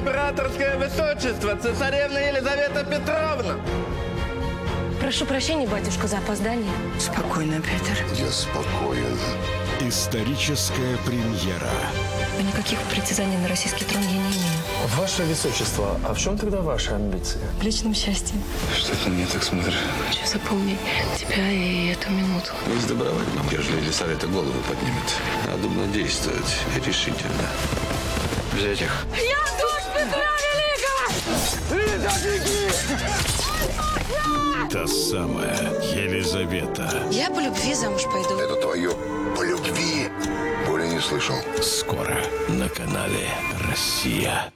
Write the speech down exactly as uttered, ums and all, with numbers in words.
императорское высочество, цесаревна Елизавета Петровна. Прошу прощения, батюшка, за опоздание. Спокойно, Петр. Я спокоен. Историческая премьера. Никаких притязаний на российский трон я не имею. Ваше Высочество, а в чем тогда ваши амбиции? В личном счастье. Что ты на меня так смотришь? Хочу запомнить тебя и эту минуту. Не сдобровать нам, ежели Елисавета голову поднимет. Надо действовать решительно. Взять их. Я дочь Петра Великого! Та самая Елизавета. Я по любви замуж пойду. Это твое по любви. Более не слышал. Скоро на канале «Россия».